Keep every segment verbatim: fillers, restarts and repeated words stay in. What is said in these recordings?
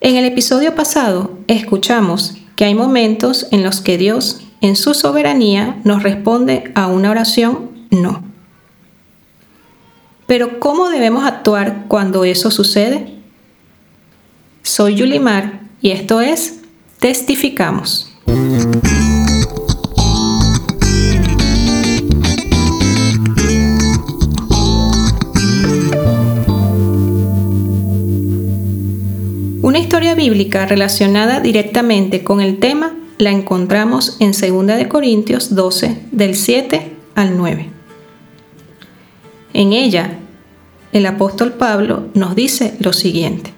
En el episodio pasado escuchamos que hay momentos en los que Dios, en su soberanía, nos responde a una oración no. Pero ¿cómo debemos actuar cuando eso sucede? Soy Yulimar y esto es Testificamos. Una historia bíblica relacionada directamente con el tema la encontramos en segunda de Corintios doce, del siete al nueve. En ella, el apóstol Pablo nos dice lo siguiente: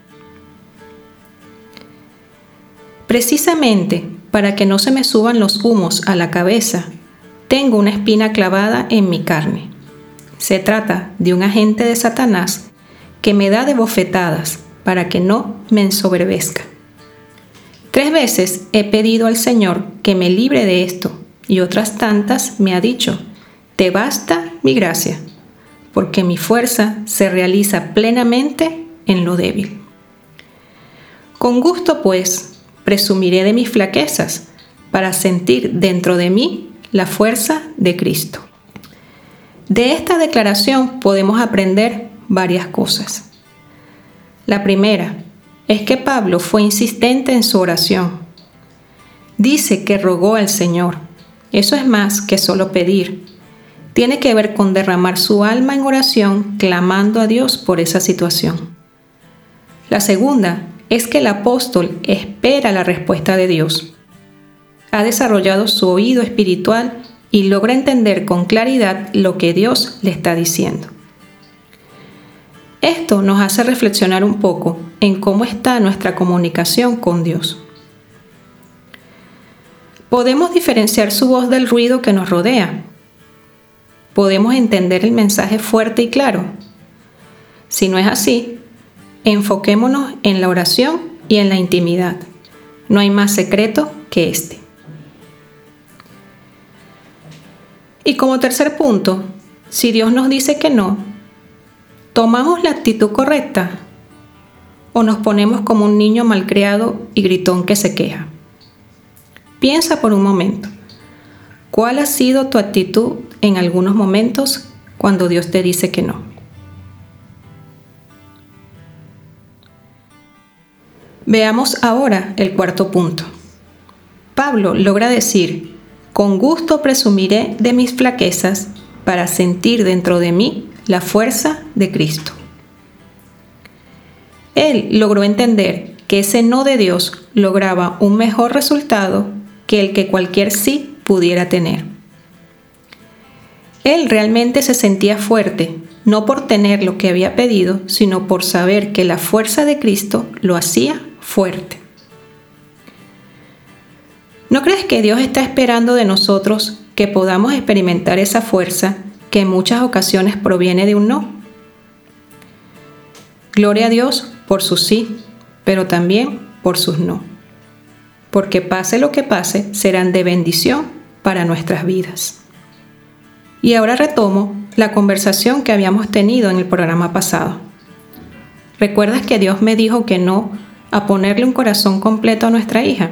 precisamente para que no se me suban los humos a la cabeza, tengo una espina clavada en mi carne. Se trata de un agente de Satanás que me da de bofetadas para que no me ensoberbezca. Tres veces he pedido al Señor que me libre de esto, y otras tantas me ha dicho: te basta mi gracia, porque mi fuerza se realiza plenamente en lo débil. Con gusto, pues, presumiré de mis flaquezas, para sentir dentro de mí la fuerza de Cristo. De esta declaración podemos aprender varias cosas. La primera es que Pablo fue insistente en su oración. Dice que rogó al Señor. Eso es más que solo pedir. Tiene que ver con derramar su alma en oración, clamando a Dios por esa situación. La segunda es que el apóstol espera la respuesta de Dios. Ha desarrollado su oído espiritual y logra entender con claridad lo que Dios le está diciendo. Esto nos hace reflexionar un poco en cómo está nuestra comunicación con Dios. Podemos diferenciar su voz del ruido que nos rodea. Podemos entender el mensaje fuerte y claro. Si no es así, enfoquémonos en la oración y en la intimidad. No hay más secreto que este. Y como tercer punto, si Dios nos dice que no, ¿tomamos la actitud correcta o nos ponemos como un niño malcriado y gritón que se queja? Piensa por un momento. ¿Cuál ha sido tu actitud en algunos momentos cuando Dios te dice que no? Veamos ahora el cuarto punto. Pablo logra decir: con gusto presumiré de mis flaquezas para sentir dentro de mí la fuerza de Cristo. Él logró entender que ese no de Dios lograba un mejor resultado que el que cualquier sí pudiera tener. Él realmente se sentía fuerte, no por tener lo que había pedido, sino por saber que la fuerza de Cristo lo hacía fuerte. ¿No crees que Dios está esperando de nosotros que podamos experimentar esa fuerza que en muchas ocasiones proviene de un no? Gloria a Dios por sus sí, pero también por sus no. Porque pase lo que pase, serán de bendición para nuestras vidas. Y ahora retomo la conversación que habíamos tenido en el programa pasado. ¿Recuerdas que Dios me dijo que no a ponerle un corazón completo a nuestra hija?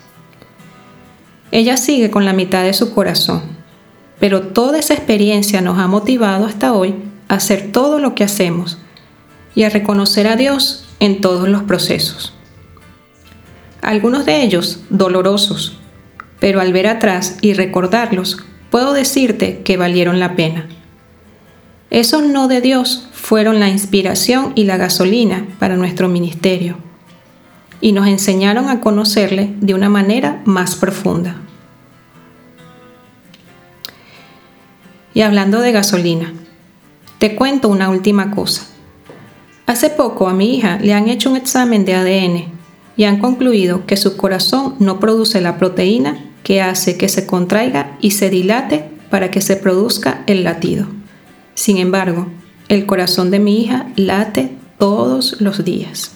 Ella sigue con la mitad de su corazón, pero toda esa experiencia nos ha motivado hasta hoy a hacer todo lo que hacemos y a reconocer a Dios en todos los procesos. Algunos de ellos dolorosos, pero al ver atrás y recordarlos, puedo decirte que valieron la pena. Esos no de Dios fueron la inspiración y la gasolina para nuestro ministerio y nos enseñaron a conocerle de una manera más profunda. Y hablando de gasolina, te cuento una última cosa. Hace poco a mi hija le han hecho un examen de A D N y han concluido que su corazón no produce la proteína que hace que se contraiga y se dilate para que se produzca el latido. Sin embargo, el corazón de mi hija late todos los días.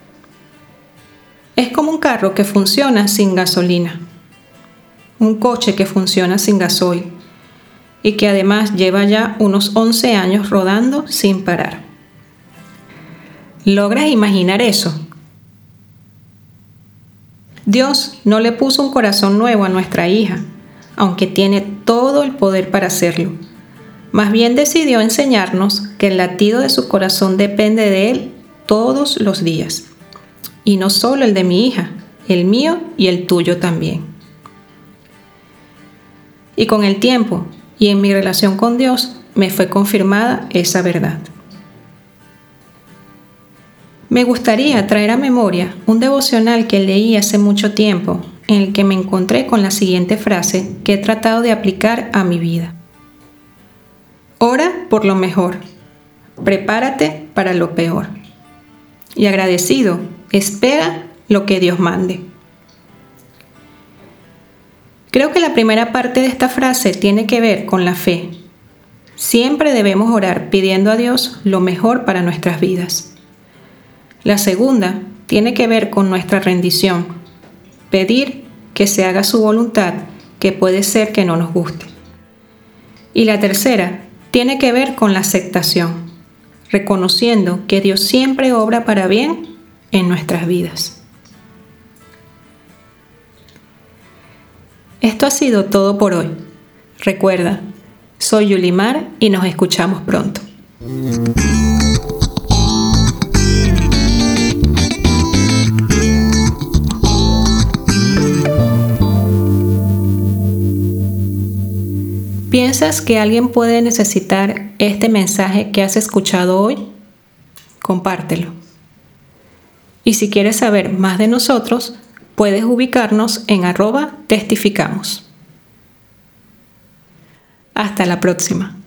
Es como un carro que funciona sin gasolina, un coche que funciona sin gasoil y que además lleva ya unos once años rodando sin parar. ¿Logras imaginar eso? Dios no le puso un corazón nuevo a nuestra hija, aunque tiene todo el poder para hacerlo. Más bien decidió enseñarnos que el latido de su corazón depende de Él todos los días. Y no solo el de mi hija, el mío y el tuyo también. Y con el tiempo y en mi relación con Dios me fue confirmada esa verdad. Me gustaría traer a memoria un devocional que leí hace mucho tiempo, en el que me encontré con la siguiente frase que he tratado de aplicar a mi vida. Ora por lo mejor, prepárate para lo peor. Y agradecido, espera lo que Dios mande. Creo que la primera parte de esta frase tiene que ver con la fe. Siempre debemos orar pidiendo a Dios lo mejor para nuestras vidas. La segunda tiene que ver con nuestra rendición, pedir que se haga su voluntad, que puede ser que no nos guste. Y la tercera tiene que ver con la aceptación, reconociendo que Dios siempre obra para bien en nuestras vidas. Esto ha sido todo por hoy. Recuerda, soy Yulimar y nos escuchamos pronto. ¿Piensas que alguien puede necesitar este mensaje que has escuchado hoy? Compártelo. Y si quieres saber más de nosotros, puedes ubicarnos en arroba testificamos. Hasta la próxima.